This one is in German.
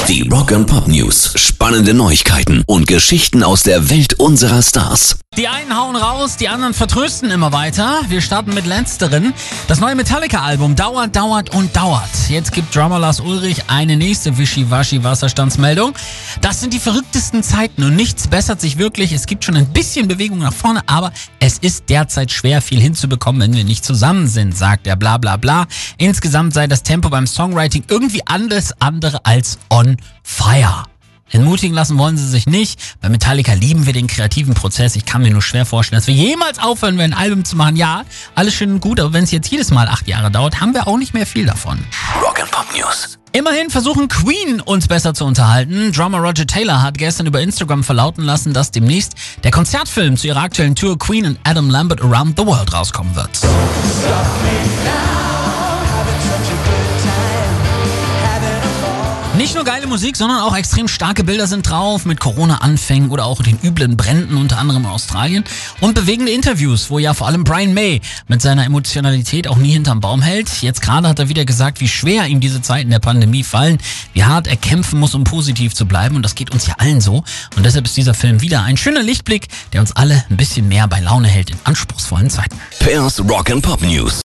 Die Rock and Pop News. Spannende Neuigkeiten und Geschichten aus der Welt unserer Stars. Die einen hauen raus, die anderen vertrösten immer weiter. Wir starten mit letzteren. Das neue Metallica-Album dauert und dauert. Jetzt gibt Drummer Lars Ulrich eine nächste Wischiwaschi-Wasserstandsmeldung. Das sind die verrücktesten Zeiten und nichts bessert sich wirklich. Es gibt schon ein bisschen Bewegung nach vorne, aber es ist derzeit schwer, viel hinzubekommen, wenn wir nicht zusammen sind, sagt er, bla bla bla. Insgesamt sei das Tempo beim Songwriting irgendwie alles andere als on fire. Entmutigen lassen wollen sie sich nicht. Bei Metallica lieben wir den kreativen Prozess. Ich kann mir nur schwer vorstellen, dass wir jemals aufhören, ein Album zu machen. Ja, alles schön und gut, aber wenn es jetzt jedes Mal 8 Jahre dauert, haben wir auch nicht mehr viel davon. Rock and Pop News. Immerhin versuchen Queen uns besser zu unterhalten. Drummer Roger Taylor hat gestern über Instagram verlauten lassen, dass demnächst der Konzertfilm zu ihrer aktuellen Tour Queen and Adam Lambert Around the World rauskommen wird. Nicht nur geile Musik, sondern auch extrem starke Bilder sind drauf, mit Corona-Anfängen oder auch den üblen Bränden, unter anderem in Australien. Und bewegende Interviews, wo ja vor allem Brian May mit seiner Emotionalität auch nie hinterm Baum hält. Jetzt gerade hat er wieder gesagt, wie schwer ihm diese Zeiten der Pandemie fallen, wie hart er kämpfen muss, um positiv zu bleiben. Und das geht uns ja allen so. Und deshalb ist dieser Film wieder ein schöner Lichtblick, der uns alle ein bisschen mehr bei Laune hält in anspruchsvollen Zeiten. Pairs Rock and Pop News.